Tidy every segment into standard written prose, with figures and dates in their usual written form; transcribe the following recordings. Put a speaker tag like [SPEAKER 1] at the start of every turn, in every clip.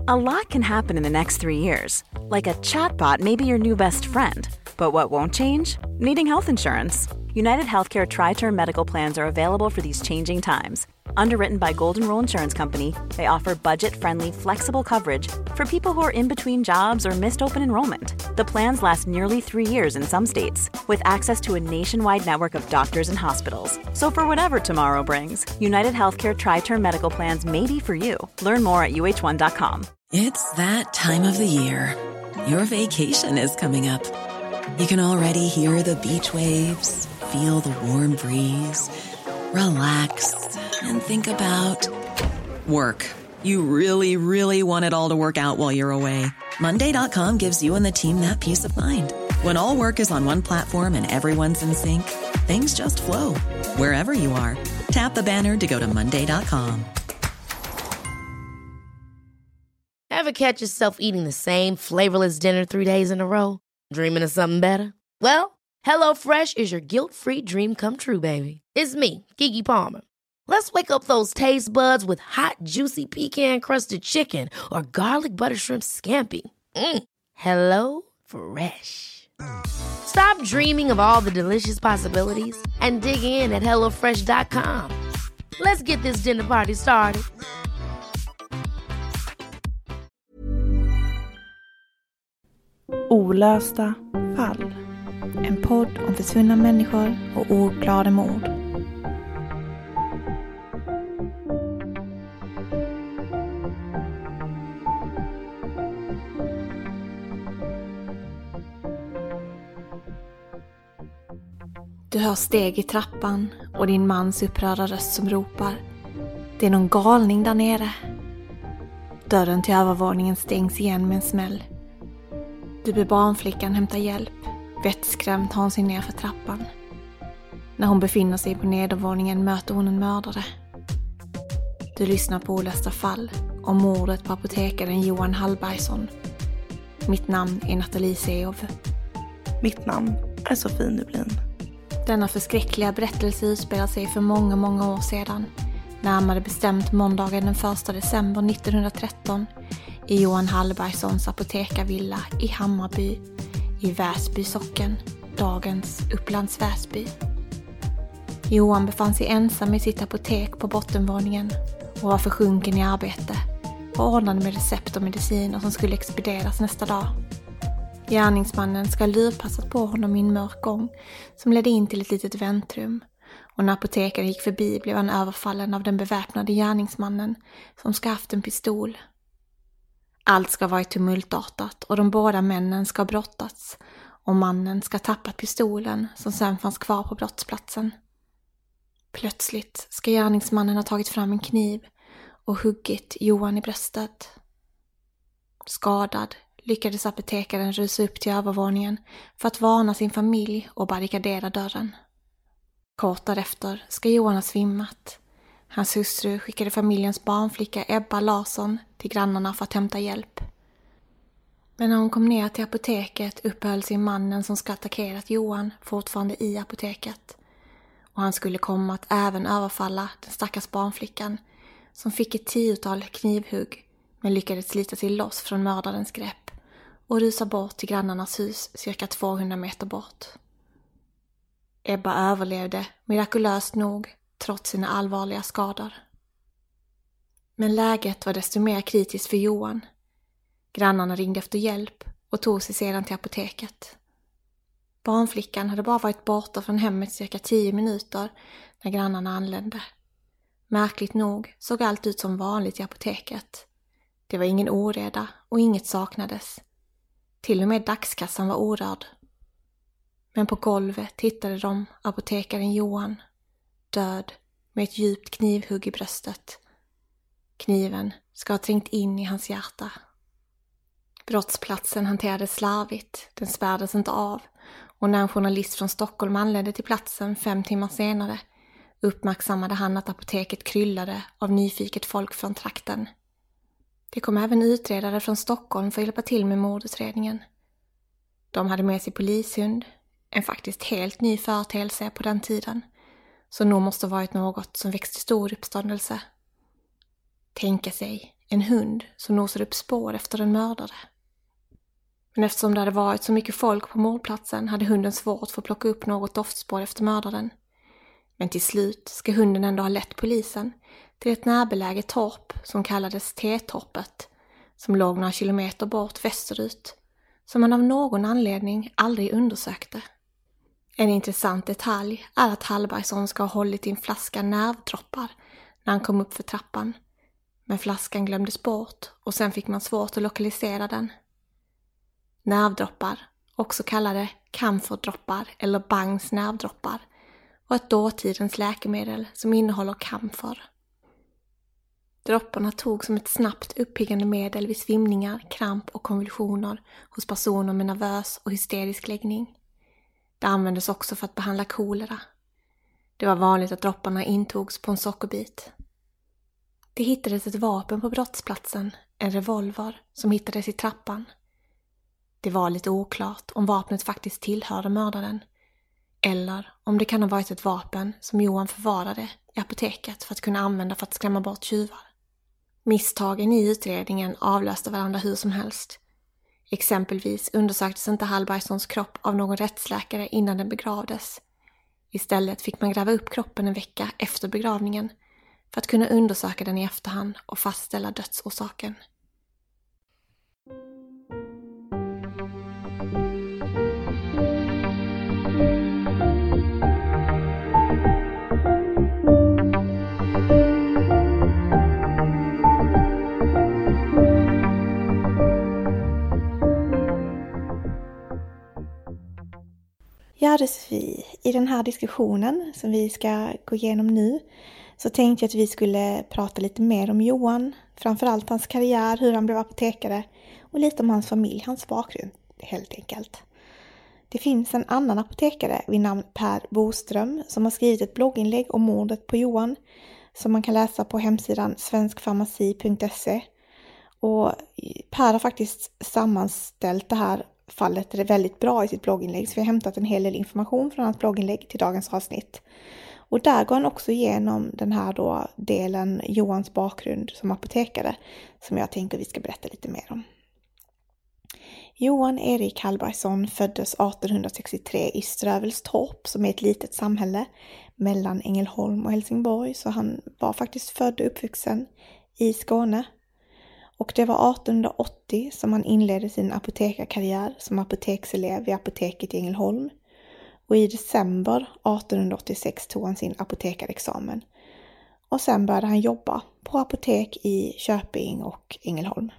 [SPEAKER 1] A lot can happen in the next 3 years. Like a chatbot may be your new best friend. But what won't change? Needing health insurance. United Healthcare Tri-Term Medical Plans are available for these changing times. Underwritten by Golden Rule Insurance Company, they offer budget-friendly, flexible coverage for people who are in between jobs or missed open enrollment. The plans last nearly 3 years in some states, with access to a nationwide network of doctors and hospitals. So for whatever tomorrow brings, United Healthcare Tri-Term Medical Plans may be for you. Learn more at uh1.com.
[SPEAKER 2] It's that time of the year. Your vacation is coming up. You can already hear the beach waves, feel the warm breeze, relax, and think about work. You really, really want it all to work out while you're away. Monday.com gives you and the team that peace of mind. When all work is on one platform and everyone's in sync, things just flow. Wherever you are, tap the banner to go to Monday.com.
[SPEAKER 3] Ever catch yourself eating the same flavorless dinner 3 days in a row? Dreaming of something better? Well, HelloFresh is your guilt-free dream come true, baby. It's me, Keke Palmer. Let's wake up those taste buds with hot, juicy pecan-crusted chicken or garlic butter shrimp scampi. Hello Fresh. Stop dreaming of all the delicious possibilities and dig in at HelloFresh.com. Let's get this dinner party started.
[SPEAKER 4] Olösta fall. En podd om försvunna människor och ouppklarade mord. Du hör steg i trappan och din mans upprörda röst som ropar: det är någon galning där nere. Dörren till övervåningen stängs igen med en smäll. Du ber barnflickan hämta hjälp. Vettskrämt tar hon sig ner för trappan. När hon befinner sig på nedervåningen möter hon en mördare. Du lyssnar på Olösta fall om mordet på apotekaren Johan Hallbergsson. Mitt namn är Nathalie Seov.
[SPEAKER 5] Mitt namn är Sofie Nublin.
[SPEAKER 4] Denna förskräckliga berättelse utspelar sig för många, många år sedan. Närmare bestämt måndagen den 1 december 1913 i Johan Hallbergssons apotekarvilla i Hammarby i Väsby socken, dagens Upplands Väsby. Johan befann sig ensam i sitt apotek på bottenvåningen och var försjunken i arbete och ordnade med recept och mediciner som skulle expedieras nästa dag. Gärningsmannen ska lurpassat på honom i en mörk gång som ledde in till ett litet väntrum, och när apotekaren gick förbi blev han överfallen av den beväpnade gärningsmannen som ska haft en pistol. Allt ska vara tumultartat och de båda männen ska ha brottats, och mannen ska ha tappat pistolen som sen fanns kvar på brottsplatsen. Plötsligt ska gärningsmannen ha tagit fram en kniv och huggit Johan i bröstet. Skadad lyckades apotekaren rusa upp till övervåningen för att varna sin familj och barrikadera dörren. Kort därefter ska Johan ha svimmat. Hans hustru skickade familjens barnflicka Ebba Larsson till grannarna för att hämta hjälp. Men när hon kom ner till apoteket uppehöll sig mannen som ska attackerat Johan fortfarande i apoteket. Och han skulle komma att även överfalla den stackars barnflickan som fick ett 10-tal knivhugg men lyckades slita sig loss från mördarens grepp och rusa bort till grannarnas hus cirka 200 meter bort. Ebba överlevde mirakulöst nog trots sina allvarliga skador. Men läget var desto mer kritiskt för Johan. Grannarna ringde efter hjälp och tog sig sedan till apoteket. Barnflickan hade bara varit borta från hemmet cirka 10 minuter när grannarna anlände. Märkligt nog såg allt ut som vanligt i apoteket. Det var ingen oreda och inget saknades. Till och med dagskassan var orörd. Men på golvet hittade de apotekaren Johan, död med ett djupt knivhugg i bröstet. Kniven ska ha trängt in i hans hjärta. Brottsplatsen hanterades slarvigt, den spärrades inte av, och när en journalist från Stockholm anlände till platsen 5 timmar senare uppmärksammade han att apoteket kryllade av nyfiket folk från trakten. Det kom även utredare från Stockholm för att hjälpa till med mordutredningen. De hade med sig polishund, en faktiskt helt ny företeelse på den tiden, så nog måste ha varit något som växte stor uppståndelse. Tänka sig en hund som nosade upp spår efter den mördade. Men eftersom det hade varit så mycket folk på mordplatsen hade hunden svårt för att plocka upp något doftspår efter mördaren. Men till slut ska hunden ändå ha lett polisen till ett närbeläget torp som kallades T-torpet, som låg några kilometer bort västerut, som man av någon anledning aldrig undersökte. En intressant detalj är att Hallbergsson ska ha hållit i en flaska nervdroppar när han kom upp för trappan. Men flaskan glömdes bort och sen fick man svårt att lokalisera den. Nervdroppar, också kallade kamfordroppar eller Bangs nervdroppar, var ett dåtidens läkemedel som innehåller kamfer. Dropparna tog som ett snabbt uppiggande medel vid svimningar, kramp och konvulsioner hos personer med nervös och hysterisk läggning. Det användes också för att behandla kolera. Det var vanligt att dropparna intogs på en sockerbit. Det hittades ett vapen på brottsplatsen, en revolver som hittades i trappan. Det var lite oklart om vapnet faktiskt tillhörde mördaren, eller om det kan ha varit ett vapen som Johan förvarade i apoteket för att kunna använda för att skrämma bort tjuvar. Misstagen i utredningen avlöste varandra hur som helst. Exempelvis undersöktes inte Hallbergssons kropp av någon rättsläkare innan den begravdes. Istället fick man gräva upp kroppen en vecka efter begravningen för att kunna undersöka den i efterhand och fastställa dödsorsaken.
[SPEAKER 6] Ja du Sofie, i den här diskussionen som vi ska gå igenom nu så tänkte jag att vi skulle prata lite mer om Johan, framförallt hans karriär, hur han blev apotekare och lite om hans familj, hans bakgrund helt enkelt. Det finns en annan apotekare vid namn Per Boström som har skrivit ett blogginlägg om mordet på Johan som man kan läsa på hemsidan svenskfarmaci.se. Och Per har faktiskt sammanställt det här fallet väldigt bra i sitt blogginlägg, så vi har hämtat en hel del information från hans blogginlägg till dagens avsnitt. Och där går han också igenom den här då delen Johans bakgrund som apotekare som jag tänker vi ska berätta lite mer om. Johan Erik Hallbergsson föddes 1863 i Strövelstorp som är ett litet samhälle mellan Ängelholm och Helsingborg, så han var faktiskt född och uppvuxen i Skåne. Och det var 1880 som han inledde sin apotekarkarriär som apotekselev vid apoteket i Ängelholm. Och i december 1886 tog han sin apotekarexamen. Och sen började han jobba på apotek i Köping och Ängelholm.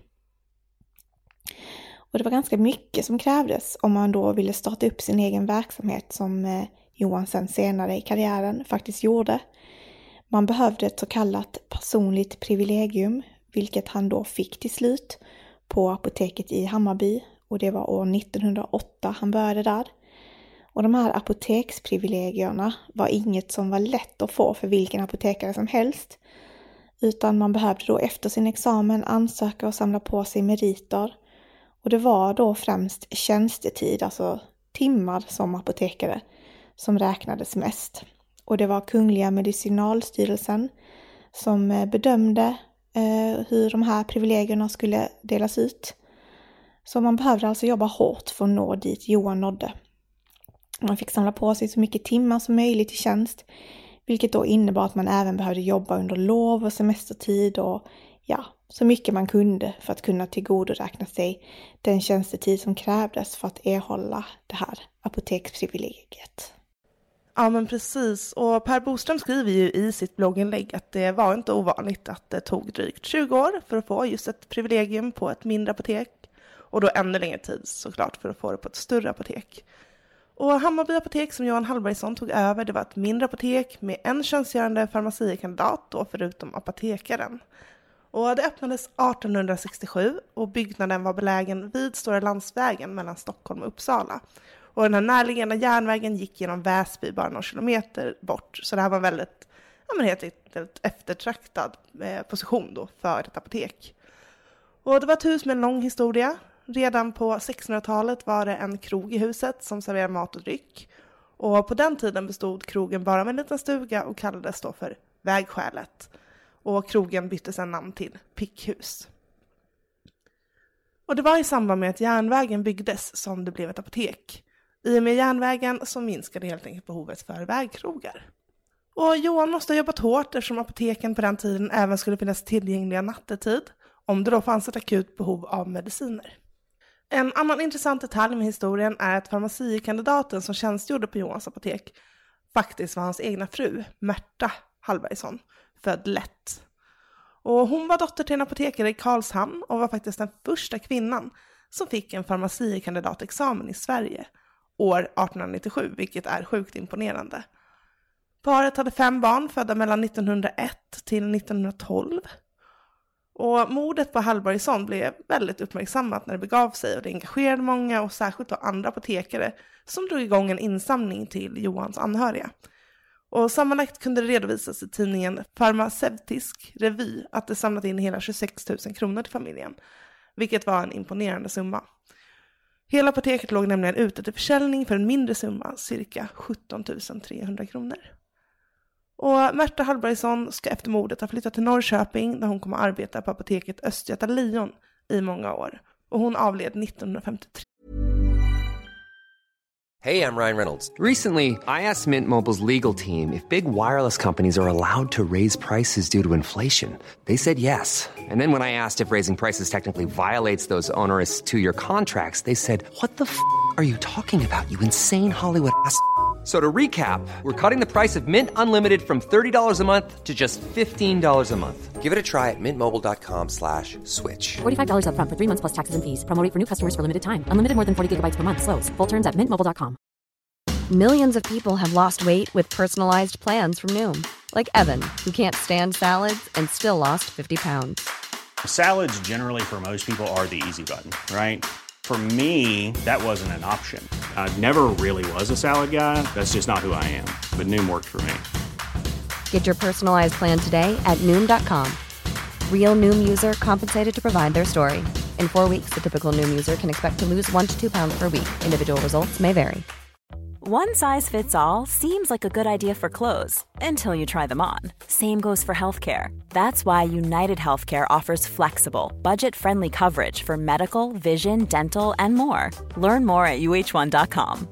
[SPEAKER 6] Och det var ganska mycket som krävdes om man då ville starta upp sin egen verksamhet som Johan sen senare i karriären faktiskt gjorde. Man behövde ett så kallat personligt privilegium, vilket han då fick till slut på apoteket i Hammarby, och det var år 1908 han började där. Och de här apoteksprivilegierna var inget som var lätt att få för vilken apotekare som helst, utan man behövde då efter sin examen ansöka och samla på sig meriter. Och det var då främst tjänstetid, alltså timmar som apotekare, som räknades mest. Och det var Kungliga Medicinalstyrelsen som bedömde hur de här privilegierna skulle delas ut. Så man behövde alltså jobba hårt för att nå dit Johan nådde. Man fick samla på sig så mycket timmar som möjligt i tjänst, vilket då innebar att man även behövde jobba under lov och semestertid och så mycket man kunde för att kunna tillgodoräkna sig den tjänstetid som krävdes för att erhålla det här apoteksprivilegiet.
[SPEAKER 5] Ja men precis, och Per Boström skriver ju i sitt blogginlägg att det var inte ovanligt att det tog drygt 20 år för att få just ett privilegium på ett mindre apotek, och då ännu längre tid såklart för att få det på ett större apotek. Och Hammarby apotek som Johan Hallbergsson tog över, det var ett mindre apotek med en tjänstgörande farmaciekandidat då förutom apotekaren. Och det öppnades 1867 och byggnaden var belägen vid Stora landsvägen mellan Stockholm och Uppsala. Och den här närliggande järnvägen gick genom Väsby bara några kilometer bort. Så det här var en väldigt, helt enkelt eftertraktad position då för ett apotek. Och det var ett hus med en lång historia. Redan på 1600-talet var det en krog i huset som serverade mat och dryck. Och på den tiden bestod krogen bara av en liten stuga och kallades då för Vägskälet. och krogen bytte sedan namn till Pickhus. Och det var i samband med att järnvägen byggdes som det blev ett apotek. I och med järnvägen så minskade helt enkelt behovet för vägkrogar. Och Johan måste ha jobbat hårt eftersom apoteken på den tiden även skulle finnas tillgängliga nattetid, om det då fanns ett akut behov av mediciner. En annan intressant detalj med historien är att farmacikandidaten som tjänstgjorde på Johans apotek faktiskt var hans egna fru, Märta Hallbergsson, född Lätt. Och hon var dotter till en apotekare i Karlshamn och var faktiskt den första kvinnan som fick en farmacikandidatexamen i Sverige år 1897, vilket är sjukt imponerande. Paret hade 5 barn födda mellan 1901 till 1912. Och mordet på Hallbergsson blev väldigt uppmärksammat när det begav sig och det engagerade många och särskilt då andra apotekare som drog igång en insamling till Johans anhöriga. Och sammanlagt kunde det redovisas i tidningen Farmaceutisk revy att det samlat in hela 26 000 kronor till familjen, vilket var en imponerande summa. Hela apoteket låg nämligen ute till försäljning för en mindre summa, cirka 17 300 kronor. Och Märta Hallbergsson ska efter mordet ha flyttat till Norrköping där hon kommer att arbeta på apoteket Östgöta Lion i många år. Och hon avled 1953.
[SPEAKER 7] Hey, I'm Ryan Reynolds. Recently, I asked Mint Mobile's legal team if big wireless companies are allowed to raise prices due to inflation. They said yes. And then when I asked if raising prices technically violates those onerous 2-year contracts, they said, "What the f*** are you talking about, you insane Hollywood ass?" So to recap, we're cutting the price of Mint Unlimited from $30 a month to just $15 a month. Give it a try at mintmobile.com/switch.
[SPEAKER 8] $45 up front for 3 months plus taxes and fees. Promo rate for new customers for limited time. Unlimited more than 40 gigabytes per month. Slows full terms at mintmobile.com.
[SPEAKER 9] Millions of people have lost weight with personalized plans from Noom. Like Evan, who can't stand salads and still lost 50 pounds.
[SPEAKER 10] Salads generally for most people are the easy button, right? For me, that wasn't an option. I never really was a salad guy. That's just not who I am. But Noom worked for me.
[SPEAKER 9] Get your personalized plan today at Noom.com. Real Noom user compensated to provide their story. In 4 weeks, the typical Noom user can expect to lose 1 to 2 pounds per week. Individual results may vary.
[SPEAKER 11] One size fits all seems like a good idea for clothes until you try them on. Same goes for healthcare. That's why United Healthcare offers flexible, budget-friendly coverage for medical, vision, dental, and more. Learn more at uh1.com.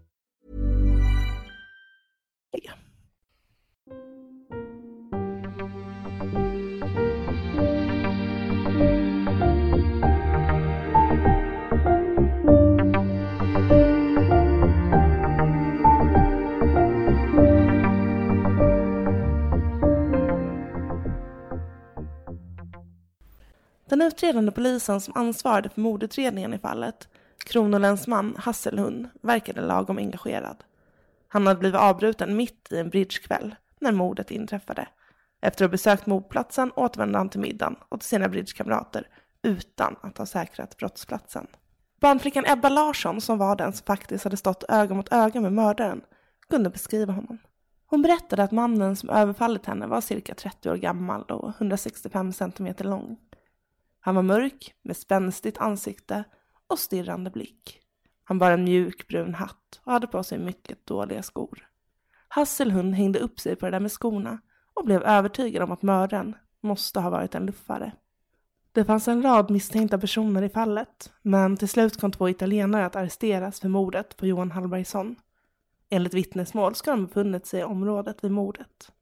[SPEAKER 5] Den utredande polisen som ansvarade för mordutredningen i fallet, kronolänsman Hasselhund, verkade lagom engagerad. Han hade blivit avbruten mitt i en bridgekväll när mordet inträffade. Efter att ha besökt mordplatsen återvände han till middagen och till sina bridgekamrater utan att ha säkrat brottsplatsen. Barnflickan Ebba Larsson, som var den som faktiskt hade stått öga mot öga med mördaren, kunde beskriva honom. Hon berättade att mannen som överfallit henne var cirka 30 år gammal och 165 centimeter lång. Han var mörk med spänstigt ansikte och stirrande blick. Han bar en mjuk brun hatt och hade på sig mycket dåliga skor. Hasselhund hängde upp sig på det där med skorna och blev övertygad om att mördaren måste ha varit en luffare. Det fanns en rad misstänkta personer i fallet, men till slut kom 2 italienare att arresteras för mordet på Johan Hallbergsson. Enligt vittnesmål ska de befunnit sig i området vid mordet.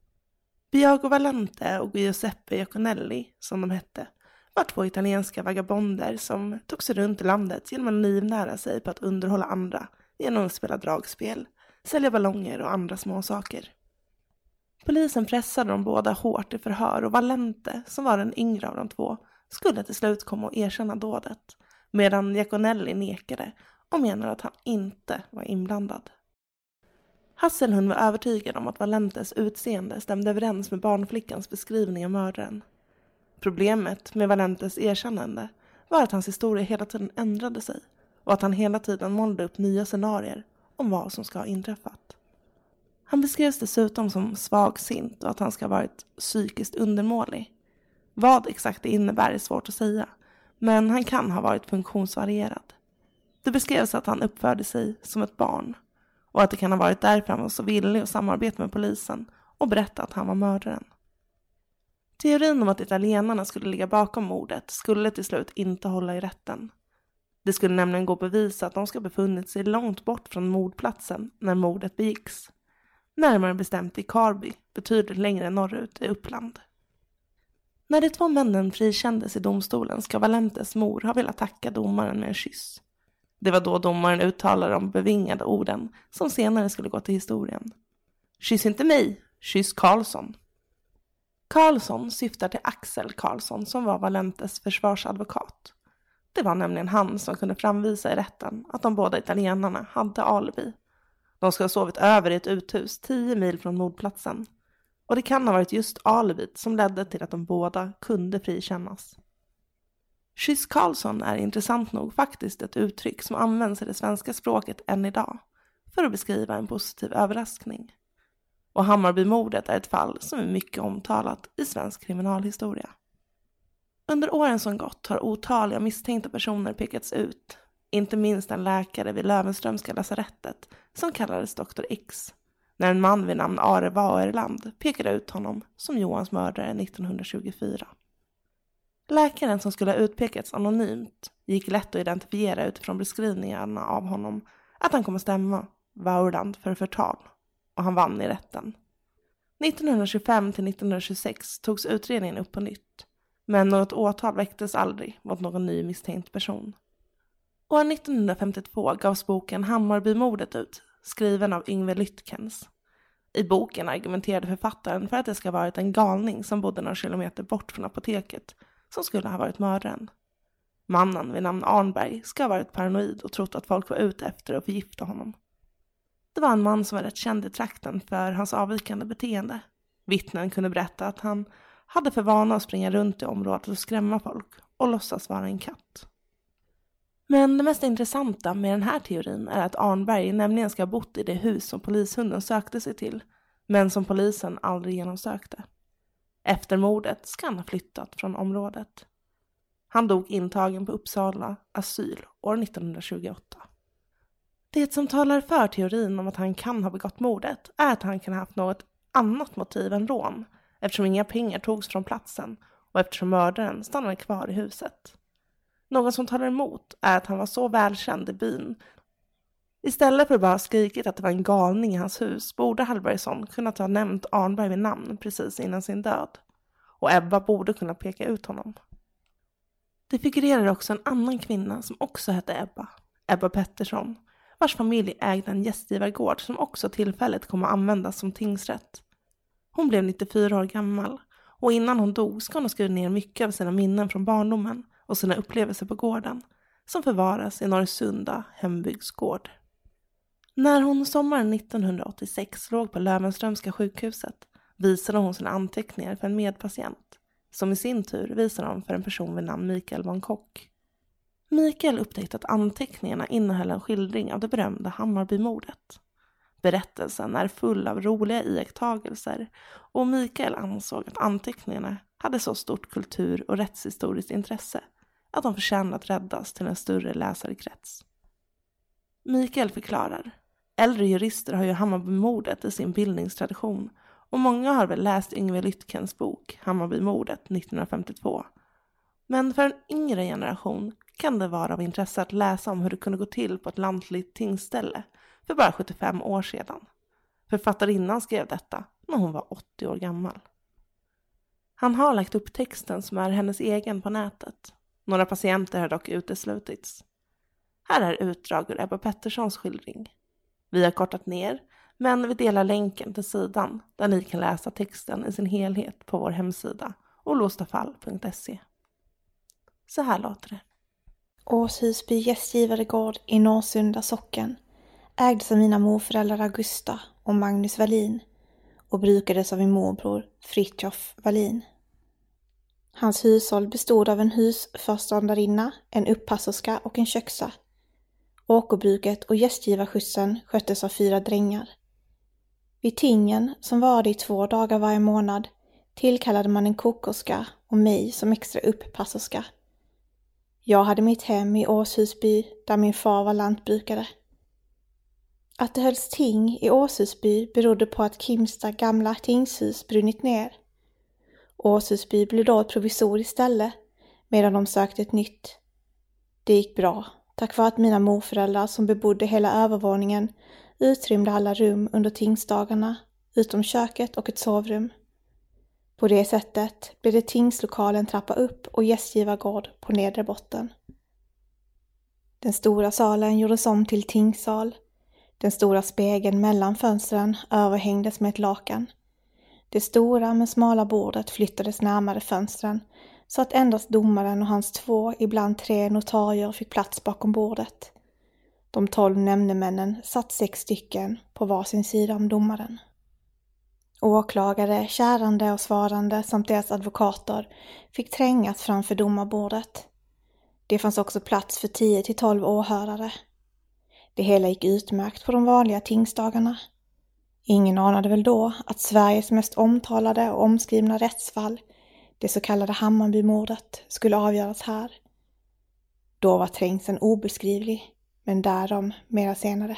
[SPEAKER 5] Biago Valente och Giuseppe Iaconelli, som de hette, var 2 italienska vagabonder som tog sig runt i landet genom att livnära sig på att underhålla andra genom att spela dragspel, sälja ballonger och andra små saker. Polisen pressade de båda hårt i förhör och Valente, som var den yngre av de 2, skulle till slut komma och erkänna dådet, medan Iaconelli nekade och menade att han inte var inblandad. Hasselhund var övertygad om att Valentes utseende stämde överens med barnflickans beskrivning av mördaren. Problemet med Valentes erkännande var att hans historia hela tiden ändrade sig och att han hela tiden målade upp nya scenarier om vad som ska ha inträffat. Han beskrevs dessutom som svagsint och att han ska ha varit psykiskt undermålig. Vad exakt det innebär är svårt att säga, men han kan ha varit funktionsvarierad. Det beskrevs att han uppförde sig som ett barn och att det kan ha varit därför han var så villig att samarbeta med polisen och berätta att han var mördaren. Teorin om att italienarna skulle ligga bakom mordet skulle till slut inte hålla i rätten. Det skulle nämligen gå att bevisa att de ska befunnit sig långt bort från mordplatsen när mordet begicks. Närmare bestämt i Karby, betydligt längre norrut i Uppland. När de 2 männen frikändes i domstolen ska Valentes mor ha velat tacka domaren med en kyss. Det var då domaren uttalade de bevingade orden som senare skulle gå till historien. Kyss inte mig, kyss Karlsson. Karlsson syftar till Axel Karlsson som var Valentes försvarsadvokat. Det var nämligen han som kunde framvisa i rätten att de båda italienarna hade alibi. De ska ha sovit över i ett uthus 10 mil från mordplatsen. Och det kan ha varit just alibit som ledde till att de båda kunde frikännas. Kyss Karlsson är intressant nog faktiskt ett uttryck som används i det svenska språket än idag för att beskriva en positiv överraskning. Och Hammarbymordet är ett fall som är mycket omtalat i svensk kriminalhistoria. Under åren som gått har otaliga misstänkta personer pekats ut, inte minst en läkare vid Löwenströmska lasarettet som kallades Dr. X, när en man vid namn Are Waerland pekade ut honom som Johans mördare 1924. Läkaren som skulle ha utpekats anonymt gick lätt att identifiera utifrån beskrivningarna av honom att han kom att stämma Waerland för förtal, och han vann i rätten. 1925 till 1926 togs utredningen upp på nytt, men något åtal väcktes aldrig mot någon ny misstänkt person. År 1952 gavs boken Hammarbymordet ut, skriven av Yngve Lytkens. I boken argumenterade författaren för att det ska ha varit en galning som bodde några kilometer bort från apoteket som skulle ha varit mördaren. Mannen vid namn Arnberg ska ha varit paranoid och trott att folk var ute efter att förgifta honom. Det var en man som var rätt känd i trakten för hans avvikande beteende. Vittnen kunde berätta att han hade för vana att springa runt i området och skrämma folk och låtsas vara en katt. Men det mest intressanta med den här teorin är att Arnberg nämligen ska ha bott i det hus som polishunden sökte sig till, men som polisen aldrig genomsökte. Efter mordet ska han ha flyttat från området. Han dog intagen på Uppsala asyl år 1928. Det som talar för teorin om att han kan ha begått mordet är att han kan ha haft något annat motiv än rån, eftersom inga pengar togs från platsen och eftersom mördaren stannade kvar i huset. Något som talar emot är att han var så välkänd i byn. Istället för att bara ha skrikit att det var en galning i hans hus borde Hallbergsson kunnat ha nämnt Arnberg vid namn precis innan sin död. Och Ebba borde kunna peka ut honom. Det figurerar också en annan kvinna som också hette Ebba Pettersson, vars familj ägde en gästgivargård som också tillfälligt kom att användas som tingsrätt. Hon blev 94 år gammal och innan hon dog ska hon ha skrivit ner mycket av sina minnen från barndomen och sina upplevelser på gården som förvaras i Norrsunda hembygdsgård. När hon sommaren 1986 låg på Löwenströmska sjukhuset visade hon sina anteckningar för en medpatient som i sin tur visade dem för en person vid namn Mikael von Kock. Mikael upptäckte att anteckningarna innehöll en skildring av det berömda Hammarbymordet. Berättelsen är full av roliga iakttagelser och Mikael ansåg att anteckningarna hade så stort kultur- och rättshistoriskt intresse att de förtjänade att räddas till en större läsarkrets. Mikael förklarar: äldre jurister har ju Hammarbymordet i sin bildningstradition och många har väl läst Yngve Lytkens bok Hammarbymordet 1952. Men för en yngre generation kan det vara av intresse att läsa om hur det kunde gå till på ett lantligt tingsställe för bara 75 år sedan. Författarinnan skrev detta när hon var 80 år gammal. Han har lagt upp texten som är hennes egen på nätet. Några patienter har dock uteslutits. Här är utdrag ur Ebba Petterssons skildring. Vi har kortat ner, men vi delar länken till sidan där ni kan läsa texten i sin helhet på vår hemsida olåstafall.se. Så här låter det.
[SPEAKER 6] Åshusby gästgivaregård i Norrsunda socken ägdes av mina morföräldrar Augusta och Magnus Wallin och brukades av min morbror Fritjof Wallin. Hans hushåll bestod av en husförståndarinna, en upppasserska och en köksa. Åkerbruket och gästgivarskjutsen sköttes av 4 drängar. Vid tingen, som varade i 2 dagar varje månad, tillkallade man en kokerska och mig som extra upppasserska. Jag hade mitt hem i Åshusby där min far var lantbrukare. Att det hölls ting i Åshusby berodde på att Kimsta gamla tingshus brunnit ner. Åshusby blev då ett provisoriskt ställe medan de sökte ett nytt. Det gick bra, tack vare att mina morföräldrar som bebodde hela övervåningen utrymde alla rum under tingsdagarna, utom köket och ett sovrum. På det sättet blev det tingslokalen trappa upp och gästgivargård på nedre botten. Den stora salen gjordes om till tingssal. Den stora spegeln mellan fönstren överhängdes med ett lakan. Det stora men smala bordet flyttades närmare fönstren så att endast domaren och hans 2, ibland 3 notarier fick plats bakom bordet. De 12 nämndemännen satt 6 stycken på varsin sida om domaren. Åklagare, kärande och svarande samt deras advokater fick trängas framför domarbordet. Det fanns också plats för 10-12 åhörare. Det hela gick utmärkt på de vanliga tingsdagarna. Ingen anade väl då att Sveriges mest omtalade och omskrivna rättsfall, det så kallade Hammarbymordet, skulle avgöras här. Då var trängseln obeskrivlig, men därom mera senare.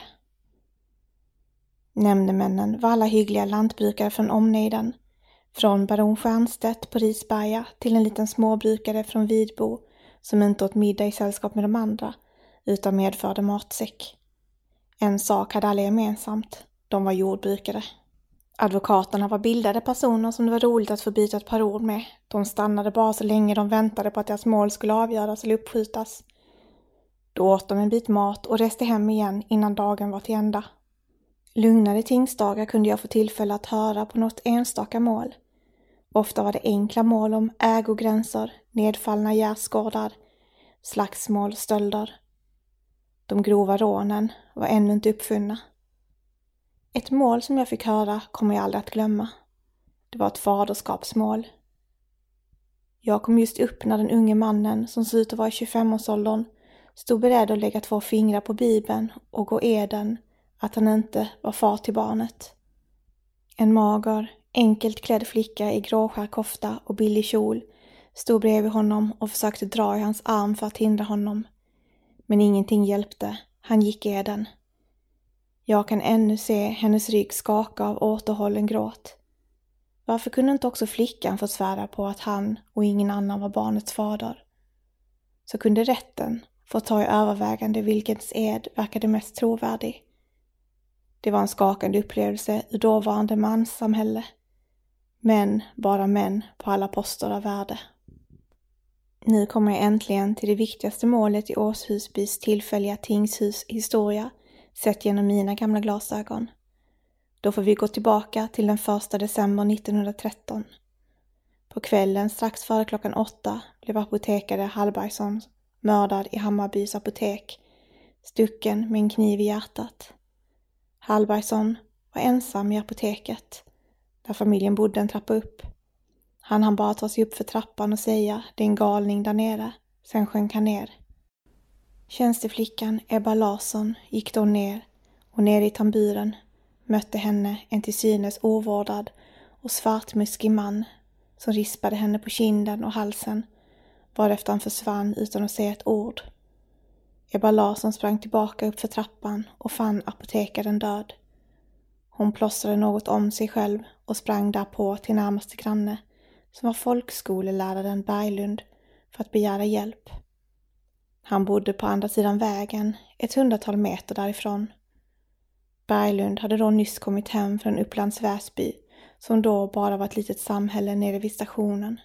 [SPEAKER 6] Nämndemännen var alla hyggliga lantbrukare från omnejden, från baron Stjernstedt på Risberga till en liten småbrukare från Vidbo som inte åt middag i sällskap med de andra, utan medförde matsäck. En sak hade alla gemensamt, de var jordbrukare. Advokaterna var bildade personer som det var roligt att få byta ett par ord med. De stannade bara så länge de väntade på att deras mål skulle avgöras eller uppskjutas. Då åt de en bit mat och reste hem igen innan dagen var till ända. Lugnare tingsdagar kunde jag få tillfälle att höra på något enstaka mål. Ofta var det enkla mål om ägogränser, nedfallna gärdsgårdar, slagsmål, stölder. De grova rånen var ännu inte uppfunna. Ett mål som jag fick höra kommer jag aldrig att glömma. Det var ett faderskapsmål. Jag kom just upp när den unge mannen, som såg ut att vara i 25-årsåldern, stod beredd att lägga 2 fingrar på Bibeln och gå eden att han inte var far till barnet. En mager, enkelt klädd flicka i gråskär kofta och billig kjol stod bredvid honom och försökte dra i hans arm för att hindra honom. Men ingenting hjälpte, han gick eden. Jag kan ännu se hennes rygg skaka av återhållen gråt. Varför kunde inte också flickan få svära på att han och ingen annan var barnets fader? Så kunde rätten få ta i övervägande vilkens ed verkade mest trovärdig. Det var en skakande upplevelse ur dåvarande manssamhälle. Män, bara män på alla poster av värde. Nu kommer jag äntligen till det viktigaste målet i Åshusbys tillfälliga tingshus historia, sett genom mina gamla glasögon. Då får vi gå tillbaka till den 1 december 1913. På kvällen strax före klockan 8 blev apotekare Hallbergsson mördad i Hammarbys apotek, stucken med en kniv i hjärtat. Hallbergsson var ensam i apoteket, där familjen bodde en trappa upp. Han bara ta sig upp för trappan och säga det är en galning där nere, sen sjönk han ner. Tjänsteflickan Ebba Larsson gick då ner och nere i tamburen mötte henne en till synes ovårdad och svartmuskig man som rispade henne på kinden och halsen, varefter han försvann utan att säga ett ord. Ebba Larsson sprang tillbaka upp för trappan och fann apotekaren död. Hon plåstrade något om sig själv och sprang därpå till närmaste granne, som var folkskoleläraren Berglund, för att begära hjälp. Han bodde på andra sidan vägen, 100-tal meter därifrån. Berglund hade då nyss kommit hem från Upplands Väsby, som då bara var ett litet samhälle nere vid stationen.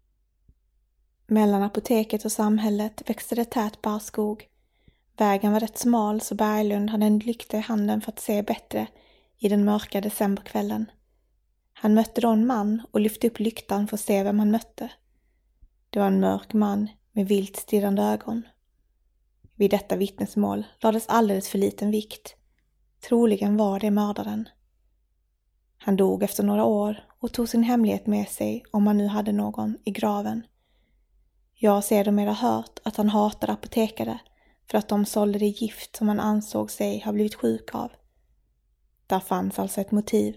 [SPEAKER 6] Mellan apoteket och samhället växte det tät barrskog. Vägen var rätt smal så Berglund hade en lykta i handen för att se bättre i den mörka decemberkvällen. Han mötte då en man och lyfte upp lyktan för att se vem han mötte. Det var en mörk man med vilt stirrande ögon. Vid detta vittnesmål lades alldeles för liten vikt. Troligen var det mördaren. Han dog efter några år och tog sin hemlighet med sig, om han nu hade någon, i graven. Jag har sedermera hört att han hatade apotekare för att de sålde det gift som han ansåg sig ha blivit sjuk av. Där fanns alltså ett motiv.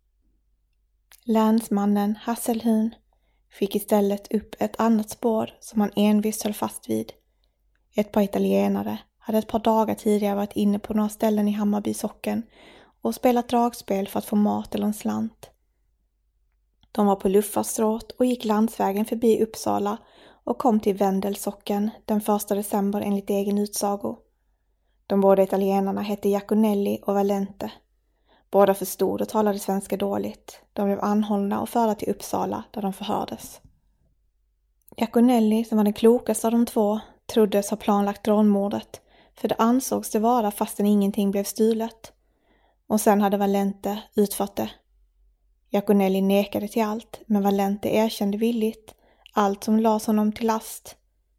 [SPEAKER 6] Länsmannen Hasselhun fick istället upp ett annat spår som han envist höll fast vid. Ett par italienare hade ett par dagar tidigare varit inne på några ställen i Hammarby socken och spelat dragspel för att få mat eller en slant. De var på luftfartsstråt och gick landsvägen förbi Uppsala och kom till Vendelsocken den 1 december enligt egen utsago. De båda italienarna hette Iaconelli och Valente. Båda förstod och talade svenska dåligt. De blev anhållna och förda till Uppsala där de förhördes. Iaconelli, som var den klokaste av de två, troddes ha planlagt rånmordet, för det ansågs det vara fastän ingenting blev stulet. Och sen hade Valente utfört det. Iaconelli nekade till allt, men Valente erkände villigt allt som lades honom till last.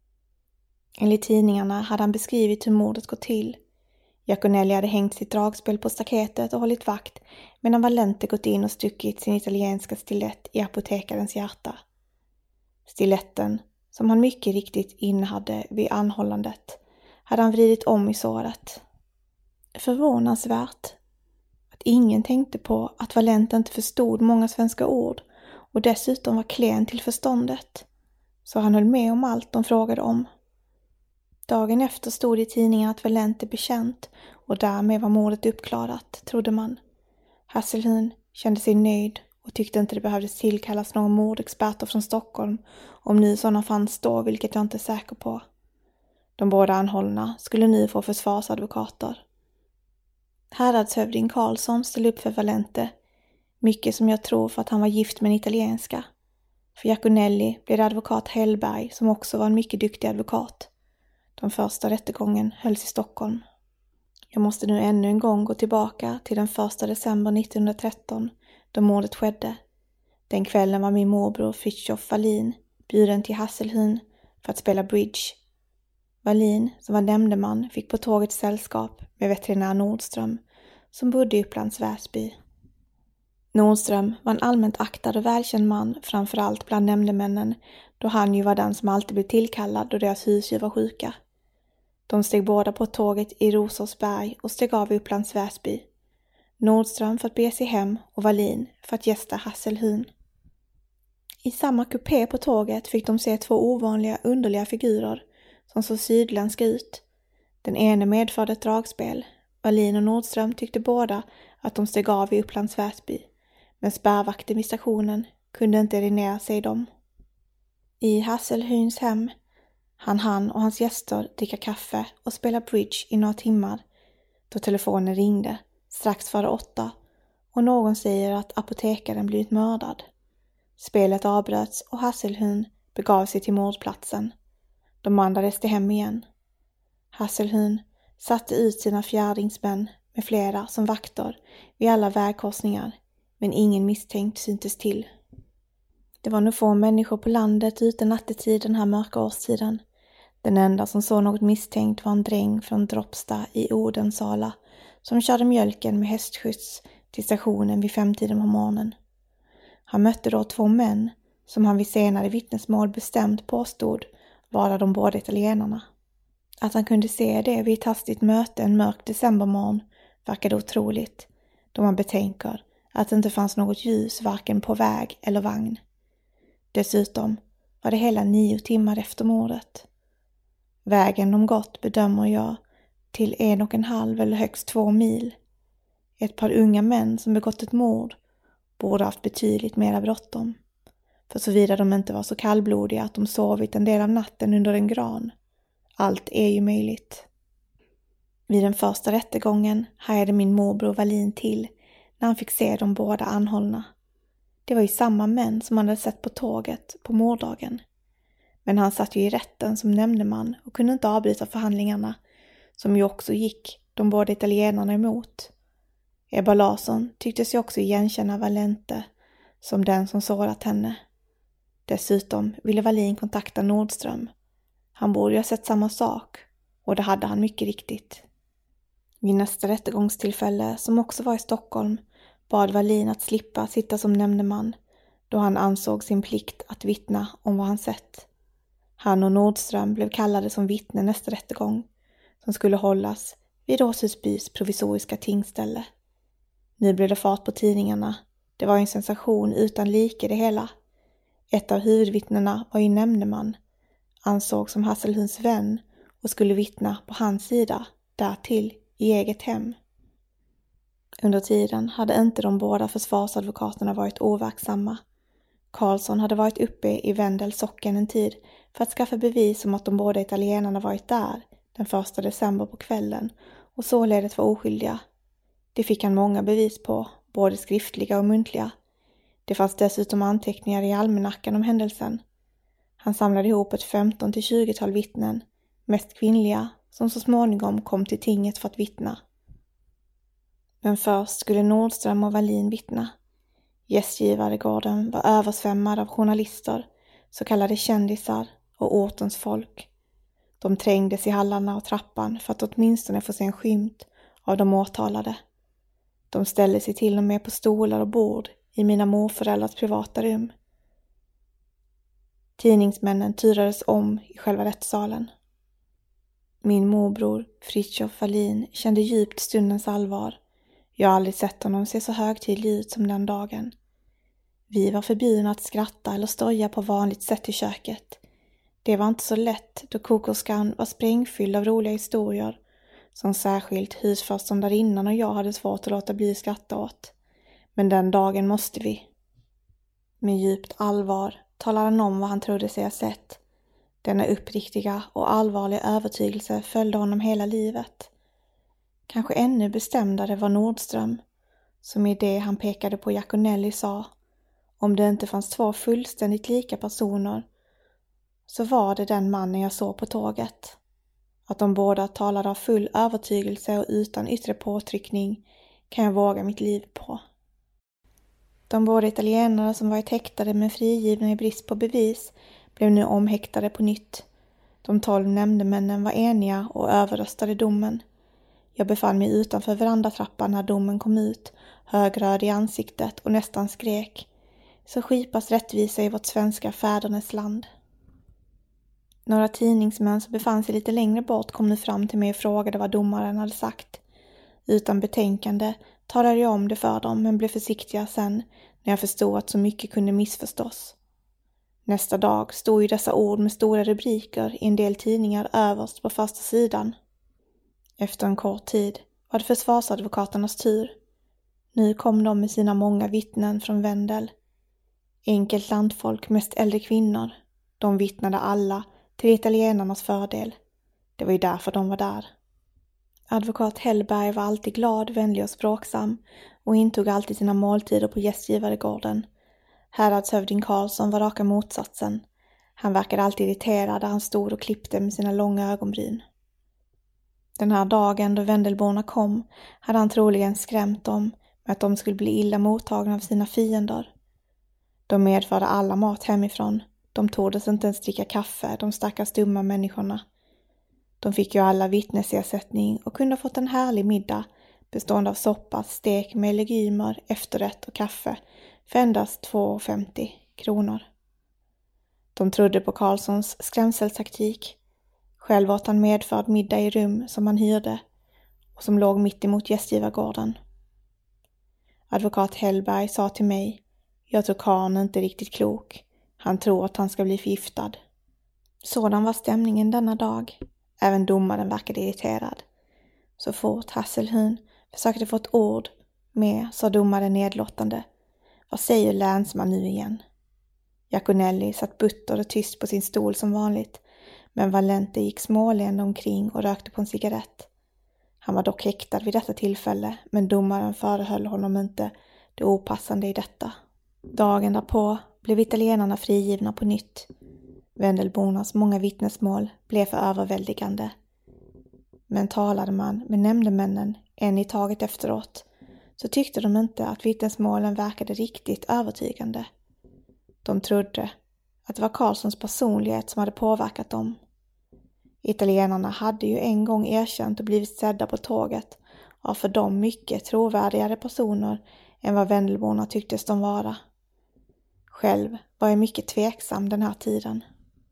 [SPEAKER 6] Enligt tidningarna hade han beskrivit hur mordet gått till. Iaconelli hade hängt sitt dragspel på staketet och hållit vakt, medan Valente gått in och stuckit sin italienska stilett i apotekarens hjärta. Stiletten, som han mycket riktigt innehade vid anhållandet, hade han vridit om i såret. Förvånansvärt att ingen tänkte på att Valente inte förstod många svenska ord och dessutom var klen till förståndet, så han höll med om allt de frågade om. Dagen efter stod det i tidningen att Valente bekänt och därmed var mordet uppklarat, trodde man. Hasselhün kände sig nöjd och tyckte inte det behövdes tillkallas någon mordexperter från Stockholm, om nu sådana fanns då, vilket jag inte är säker på. De båda anhållna skulle nu få försvarsadvokater. Häradshövding Karlsson ställde upp för Valente, mycket som jag tror för att han var gift med en italienska. För Iaconelli blev det advokat Hellberg, som också var en mycket duktig advokat. De första rättegången hölls i Stockholm. Jag måste nu ännu en gång gå tillbaka till den 1 december 1913, då mordet skedde. Den kvällen var min morbror Fritiof Wallin bjuden till Hasselhün för att spela bridge. Wallin, som var nämndeman, fick på tåget sällskap med veterinär Nordström, som bodde i Upplands Väsby. Nordström var en allmänt aktad och välkänd man, framförallt bland nämndemännen, då han ju var den som alltid blev tillkallad då deras husdjur var sjuka. De steg båda på tåget i Rosersberg och steg av i Upplands Väsby. Nordström för att be sig hem och Wallin för att gästa Hasselhün. I samma kupé på tåget fick de se två ovanliga, underliga figurer som såg sydländska ut. Den ene medförde ett dragspel. Wallin och Nordström tyckte båda att de steg av i Upplands Väsby, men spärrvakten vid stationen kunde inte erinra sig dem. I Hasselhüns hem han och hans gäster dricka kaffe och spela bridge i några timmar, då telefonen ringde strax före 8 och någon säger att apotekaren blivit mördad. Spelet avbröts och Hasselhün begav sig till mordplatsen. De andra reste hem igen. Hasselhün satte ut sina fjärdingsmän med flera som vakter vid alla vägkorsningar, men ingen misstänkt syntes till. Det var nog få människor på landet ute nattetid den här mörka årstiden. Den enda som såg något misstänkt var en dräng från Droppsta i Odensala som körde mjölken med hästskjuts till stationen vid 5-tiden på morgonen. Han mötte då 2 män som han vid senare vittnesmål bestämt påstod var de båda italienarna. Att han kunde se det vid ett hastigt möte en mörk decembermorgon verkade otroligt, då man betänker att det inte fanns något ljus varken på väg eller vagn. Dessutom var det hela 9 timmar efter mordet. Vägen de gått bedömer jag till 1,5 eller högst 2 mil. Ett par unga män som begått ett mord borde haft betydligt mera bråttom. För såvida de inte var så kallblodiga att de sovit en del av natten under en gran. Allt är ju möjligt. Vid den första rättegången hajade min morbror Wallin till när han fick se de båda anhållna. Det var ju samma män som han hade sett på tåget på morddagen. Men han satt ju i rätten som nämndeman och kunde inte avbryta förhandlingarna, som ju också gick de båda italienarna emot. Ebba Larsson tyckte sig också igenkänna Valente som den som sårat henne. Dessutom ville Wallin kontakta Nordström. Han borde ju ha sett samma sak, och det hade han mycket riktigt. Vid nästa rättegångstillfälle, som också var i Stockholm, bad Wallin att slippa sitta som nämndeman, då han ansåg sin plikt att vittna om vad han sett. Han och Nordström blev kallade som vittne nästa rättegång, som skulle hållas vid Åshusbys provisoriska tingsställe. Nu blev det fart på tidningarna. Det var en sensation utan like det hela. Ett av huvudvittnena var ju nämndeman, ansåg som Hasselhüns vän och skulle vittna på hans sida, därtill i eget hem. Under tiden hade inte de båda försvarsadvokaterna varit overksamma. Karlsson hade varit uppe i Vendels socken en tid för att skaffa bevis om att de båda italienarna varit där den 1 december på kvällen och således var oskyldiga. Det fick han många bevis på, både skriftliga och muntliga. Det fanns dessutom anteckningar i almanackan om händelsen. Han samlade ihop ett 15-20-tal vittnen, mest kvinnliga, som så småningom kom till tinget för att vittna. Men först skulle Nordström och Wallin vittna. Gästgivaregården var översvämmad av journalister, så kallade kändisar och ortens folk. De trängdes i hallarna och trappan för att åtminstone få se en skymt av de åtalade. De ställde sig till och med på stolar och bord i mina morföräldrars privata rum. Tidningsmännen turades om i själva rättssalen. Min morbror, Fritjof Wallin, kände djupt stundens allvar. Jag har aldrig sett honom se så högtidlig ut som den dagen. Vi var förbjudna att skratta eller stoja på vanligt sätt i köket. Det var inte så lätt då kokerskan var sprängfylld av roliga historier som särskilt husförståndarinnan och jag hade svårt att låta bli skratta åt. Men den dagen måste vi. Med djupt allvar talade han om vad han trodde sig ha sett. Denna uppriktiga och allvarliga övertygelse följde honom hela livet. Kanske ännu bestämdare var Nordström, som i det han pekade på Iaconelli sa: om det inte fanns två fullständigt lika personer, så var det den mannen jag såg på tåget. Att de båda talade av full övertygelse och utan yttre påtryckning kan jag våga mitt liv på. De båda italienare som varit häktade men frigivna i brist på bevis blev nu omhäktade på nytt. De 12 nämndemännen var eniga och överröstade domen. Jag befann mig utanför verandatrappan när domen kom ut, högröd i ansiktet och nästan skrek: så skipas rättvisa i vårt svenska fädernes land. Några tidningsmän som befann sig lite längre bort kom nu fram till mig och frågade vad domaren hade sagt. Utan betänkande talade jag om det för dem, men blev försiktiga sen när jag förstod att så mycket kunde missförstås. Nästa dag stod ju dessa ord med stora rubriker i en del tidningar överst på första sidan. Efter en kort tid var det försvarsadvokaternas tur. Nu kom de med sina många vittnen från Vendel. Enkelt landfolk, mest äldre kvinnor. De vittnade alla till italienarnas fördel. Det var ju därför de var där. Advokat Hellberg var alltid glad, vänlig och språksam och intog alltid sina måltider på gästgivaregården. Häradshövding Karlsson var raka motsatsen. Han verkade alltid irriterad där han stod och klippte med sina långa ögonbryn. Den här dagen då Vendelborna kom hade han troligen skrämt dem med att de skulle bli illa mottagna av sina fiender. De medförde alla mat hemifrån. De tordes inte ens dricka kaffe, de stackars dumma människorna. De fick ju alla vittnesersättning och kunde ha fått en härlig middag bestående av soppa, stek med legumer, efterrätt och kaffe för endast 2,50 kronor. De trodde på Karlssons skrämseltaktik. Själv åt han medförd middag i rum som han hyrde och som låg mitt emot gästgivargården. Advokat Hellberg sa till mig: jag tror karln inte riktigt klok. Han tror att han ska bli förgiftad. Sådan var stämningen denna dag. Även domaren verkade irriterad. Så fort Hasselhun försökte få ett ord med sa domaren nedlåtande: vad säger länsman nu igen? Iaconelli satt butter och tyst på sin stol som vanligt, men Valente gick småleende omkring och rökte på en cigarett. Han var dock häktad vid detta tillfälle, men domaren förehöll honom inte det opassande i detta. Dagen därpå blev italienarna frigivna på nytt. Vendelbornas många vittnesmål blev för överväldigande. Men talade man med nämndemännen en i taget efteråt, så tyckte de inte att vittnesmålen verkade riktigt övertygande. De trodde att det var Karlssons personlighet som hade påverkat dem. Italienarna hade ju en gång erkänt och blivit sedda på tåget av för dem mycket trovärdigare personer än vad Vendelborna tycktes de vara. Själv var jag mycket tveksam den här tiden.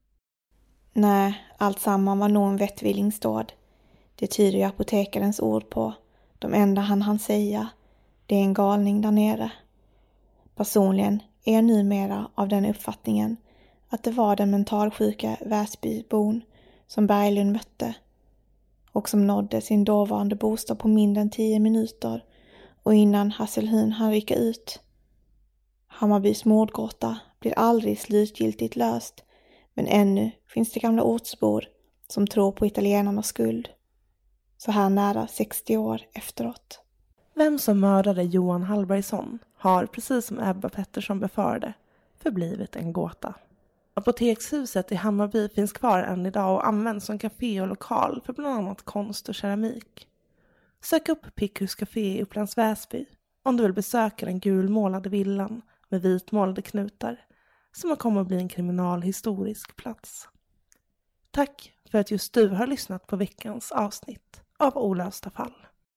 [SPEAKER 6] Nej, allt samman var nog en vettvillingsdåd. Det tyder ju apotekarens ord på. De enda han säga, det är en galning där nere. Personligen är jag numera av den uppfattningen att det var den mentalsjuka Väsbybon som Berglund mötte och som nådde sin dåvarande bostad på mindre än 10 minuter och innan Hasselhun hann rycka ut. Hammarbys mordgåta blir aldrig slutgiltigt löst, men ännu finns det gamla ortsbor som tror på italienarnas skuld. Så här nära 60 år efteråt.
[SPEAKER 5] Vem som mördade Johan Hallbergsson har, precis som Ebba Pettersson befarade, förblivit en gåta. Apotekshuset i Hammarby finns kvar än idag och används som café och lokal för bland annat konst och keramik. Sök upp Pickhus Café i Upplands Väsby om du vill besöka den gulmålade villan med vitmålade knutar som kommer att bli en kriminalhistorisk plats. Tack för att just du har lyssnat på veckans avsnitt av Olösta fall.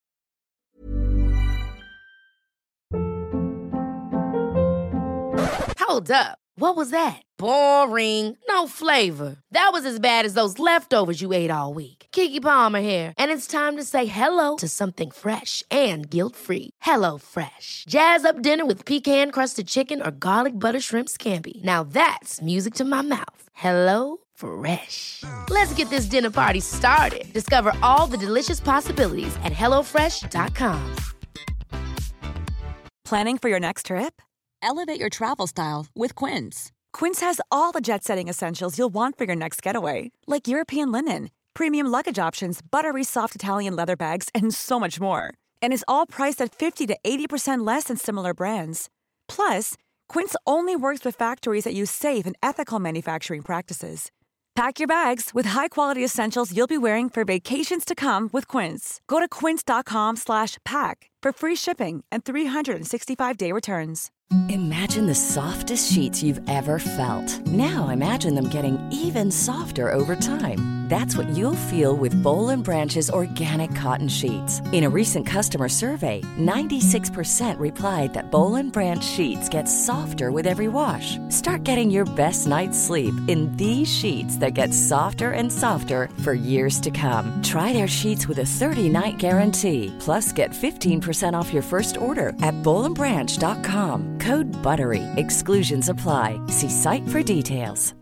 [SPEAKER 3] Hold up. What was that? Boring. No flavor. That was as bad as those leftovers you ate all week. Keke Palmer here, and it's time to say hello to something fresh and guilt-free. Hello Fresh. Jazz up dinner with pecan-crusted chicken or garlic butter shrimp scampi. Now that's music to my mouth. Hello Fresh. Let's get this dinner party started. Discover all the delicious possibilities at hellofresh.com.
[SPEAKER 11] Planning for your next trip?
[SPEAKER 12] Elevate your travel style with Quince.
[SPEAKER 11] Quince has all the jet-setting essentials you'll want for your next getaway, like European linen, premium luggage options, buttery soft Italian leather bags, and so much more. And is all priced at 50 to 80% less than similar brands. Plus, Quince only works with factories that use safe and ethical manufacturing practices. Pack your bags with high-quality essentials you'll be wearing for vacations to come with Quince. Go to quince.com/pack for free shipping and 365-day returns.
[SPEAKER 2] Imagine the softest sheets you've ever felt. Now imagine them getting even softer over time. That's what you'll feel with Boll & Branch's organic cotton sheets. In a recent customer survey, 96% replied that Boll & Branch sheets get softer with every wash. Start getting your best night's sleep in these sheets that get softer and softer for years to come. Try their sheets with a 30-night guarantee. Plus, get 15% off your first order at bollandbranch.com. Code BUTTERY. Exclusions apply. See site for details.